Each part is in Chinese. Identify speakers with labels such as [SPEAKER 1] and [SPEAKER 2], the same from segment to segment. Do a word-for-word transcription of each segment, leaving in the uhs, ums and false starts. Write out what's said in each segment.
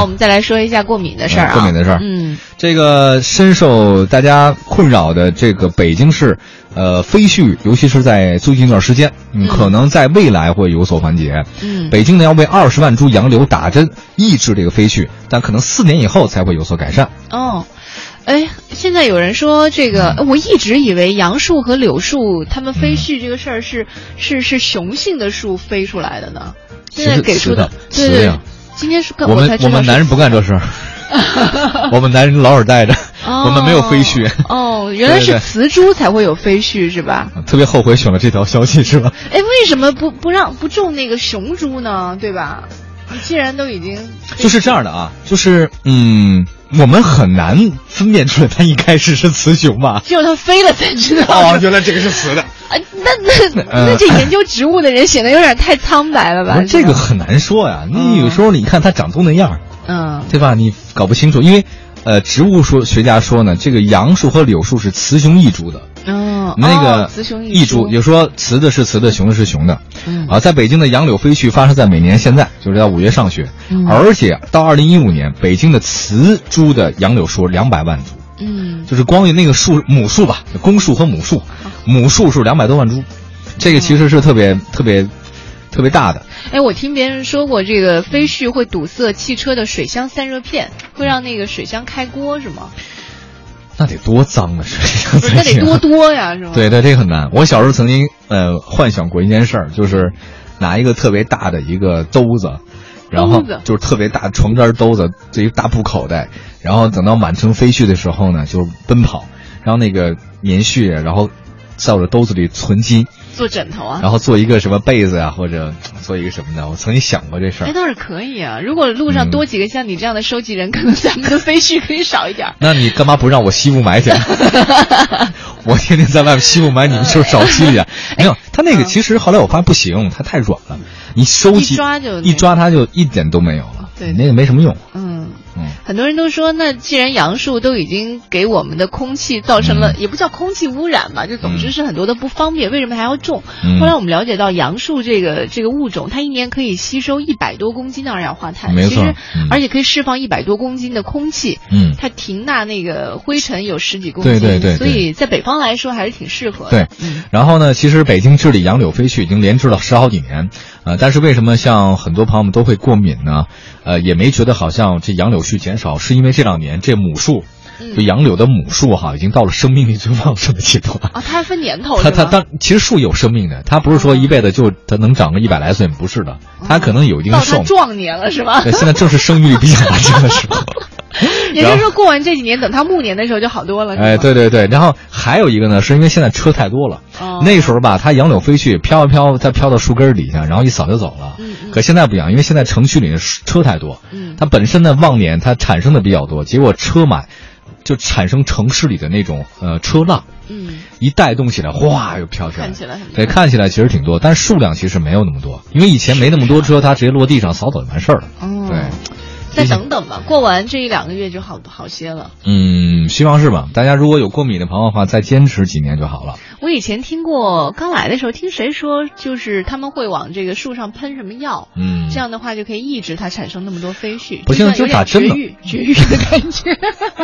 [SPEAKER 1] 我们再来说一下过敏的事儿啊。
[SPEAKER 2] 过敏的事儿，
[SPEAKER 1] 嗯，
[SPEAKER 2] 这个深受大家困扰的这个北京市，呃，飞絮，尤其是在最近一段时间，嗯，可能在未来会有所缓解。
[SPEAKER 1] 嗯，
[SPEAKER 2] 北京呢要为二十万株杨柳打针抑制这个飞絮，但可能四年以后才会有所改善。
[SPEAKER 1] 哦。哎，现在有人说这个，我一直以为杨树和柳树它们飞絮这个事儿是、嗯、是是雄性的树飞出来的呢。现在给出的，对对对。今天是
[SPEAKER 2] 我们我们男人不干这事儿，我们男人老是带着，哦、我们没有飞絮。
[SPEAKER 1] 哦，原来是雌株才会有飞絮是吧？
[SPEAKER 2] 特别后悔选了这条消息是吧？
[SPEAKER 1] 哎，为什么不不让不种那个雄株呢？对吧？你既然都已经
[SPEAKER 2] 就是这样的啊，就是嗯。我们很难分辨出来它一开始是雌雄吧，
[SPEAKER 1] 只有它飞了才知道。
[SPEAKER 2] 哦，原来这个是雌的。
[SPEAKER 1] 啊，那那那这研究植物的人显得有点太苍白了吧？
[SPEAKER 2] 呃、这个很难说呀。你有时候你看它长都那样，
[SPEAKER 1] 嗯，
[SPEAKER 2] 对吧？你搞不清楚，因为呃，植物说学家说呢，这个杨树和柳树是雌雄异株的。
[SPEAKER 1] 哦，
[SPEAKER 2] 那个
[SPEAKER 1] 雌雄
[SPEAKER 2] 异株，有说雌的是雌的，雄的是雄的。
[SPEAKER 1] 嗯
[SPEAKER 2] 啊，在北京的杨柳飞絮发生在每年现在，就是到五月上旬，
[SPEAKER 1] 嗯、
[SPEAKER 2] 而且到二零一五年，北京的雌株的杨柳树两百万株。
[SPEAKER 1] 嗯，
[SPEAKER 2] 就是光有那个树母树吧，公树和母树，母树是两百多万株，这个其实是特别、嗯、特别特别大的。
[SPEAKER 1] 哎，我听别人说过，这个飞絮会堵塞汽车的水箱散热片，会让那个水箱开锅，是吗？
[SPEAKER 2] 那得多脏啊！水箱散热，
[SPEAKER 1] 那得多多呀，是吗？
[SPEAKER 2] 对对，这个很难。我小时候曾经呃幻想过一件事儿，就是拿一个特别大的一个兜子，然后就是特别大床单兜子，这一个大布口袋，然后等到满城飞絮的时候呢，就奔跑，然后那个棉絮，然后在我的兜子里存积。
[SPEAKER 1] 做枕头啊，
[SPEAKER 2] 然后做一个什么被子啊，或者做一个什么的，我曾经想过这事儿。
[SPEAKER 1] 哎，倒是可以啊。如果路上多几个像你这样的收集人，嗯、可能咱们的飞絮可以少一点。
[SPEAKER 2] 那你干嘛不让我吸雾霾去？我天天在外面吸雾霾，你们就少吸一点。没有，它那个其实后来我发现不行，它太软了，你收集
[SPEAKER 1] 一抓就
[SPEAKER 2] 一抓它就一点都没有了，
[SPEAKER 1] 对，
[SPEAKER 2] 那个没什么用。
[SPEAKER 1] 嗯。嗯，很多人都说，那既然杨树都已经给我们的空气造成了，嗯、也不叫空气污染吧，就总之是很多的不方便，嗯、为什么还要种？
[SPEAKER 2] 嗯、
[SPEAKER 1] 后来我们了解到，杨树这个这个物种，它一年可以吸收一百多公斤的二氧化碳，
[SPEAKER 2] 没错，
[SPEAKER 1] 其实、
[SPEAKER 2] 嗯、
[SPEAKER 1] 而且可以释放一百多公斤的空气，
[SPEAKER 2] 嗯，
[SPEAKER 1] 它停纳那个灰尘有十几公斤，
[SPEAKER 2] 对对 对, 对，
[SPEAKER 1] 所以在北方来说还是挺适合的。
[SPEAKER 2] 对，
[SPEAKER 1] 嗯、
[SPEAKER 2] 然后呢，其实北京治理杨柳飞絮已经连治了十好几年，呃，但是为什么像很多朋友们都会过敏呢？呃，也没觉得好像这杨柳絮减少，是因为这两年这母树，就杨柳的母树哈，已经到了生命力最旺盛的阶段
[SPEAKER 1] 啊。它还分年头，
[SPEAKER 2] 它它当其实树有生命的，它不是说一辈子就它能长个一百来岁，不是的，它可能有一定的寿命。
[SPEAKER 1] 到它壮年了是吧？
[SPEAKER 2] 对，现在正是生育力比较完整的时候。
[SPEAKER 1] 也就是说，过完这几年，等它暮年的时候就好多了。
[SPEAKER 2] 哎，对对对，然后还有一个呢，是因为现在车太多了。
[SPEAKER 1] 哦。
[SPEAKER 2] 那时候吧，它杨柳飞絮飘一飘，它飘到树根底下，然后一扫就走了。
[SPEAKER 1] 嗯嗯。
[SPEAKER 2] 可现在不一样，因为现在城区里的车太多。
[SPEAKER 1] 嗯。
[SPEAKER 2] 它本身的旺年它产生的比较多，结果车满，就产生城市里的那种呃车浪。
[SPEAKER 1] 嗯。
[SPEAKER 2] 一带动起来，哗，又飘起来。
[SPEAKER 1] 看起来很。
[SPEAKER 2] 对，看起来其实挺多，但是数量其实没有那么多，因为以前没那么多车，它直接落地上扫走就完事儿了。
[SPEAKER 1] 哦。
[SPEAKER 2] 对。
[SPEAKER 1] 再等等吧，过完这一两个月就好好些了。
[SPEAKER 2] 嗯，希望是吧？大家如果有过敏的朋友的话，再坚持几年就好了。
[SPEAKER 1] 我以前听过，刚来的时候听谁说，就是他们会往这个树上喷什么药，
[SPEAKER 2] 嗯，
[SPEAKER 1] 这样的话就可以抑制它产生那么多飞絮。
[SPEAKER 2] 不行，就打针了，
[SPEAKER 1] 绝育的感觉，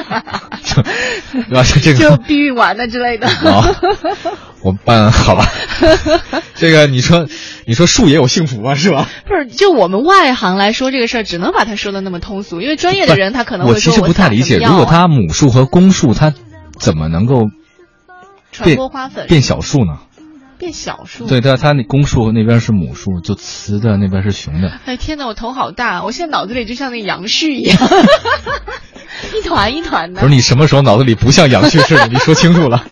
[SPEAKER 2] 就这个
[SPEAKER 1] 就避孕丸的之类的。
[SPEAKER 2] 哦，我办好吧。这个你说，你说树也有幸福吗？是吧？
[SPEAKER 1] 不是，就我们外行来说这个事儿，只能把它说的那么通俗，因为专业的人他可能会说
[SPEAKER 2] 我其实不太理解，如果它母树和公树，它怎么能够
[SPEAKER 1] 传播花粉
[SPEAKER 2] 变小树呢？
[SPEAKER 1] 变小树？
[SPEAKER 2] 对，它它那公树那边是母树，就雌的那边是雄的。
[SPEAKER 1] 哎天哪，我头好大！我现在脑子里就像那杨絮一样，一团一团的。
[SPEAKER 2] 不是，你什么时候脑子里不像杨絮似的？你说清楚了。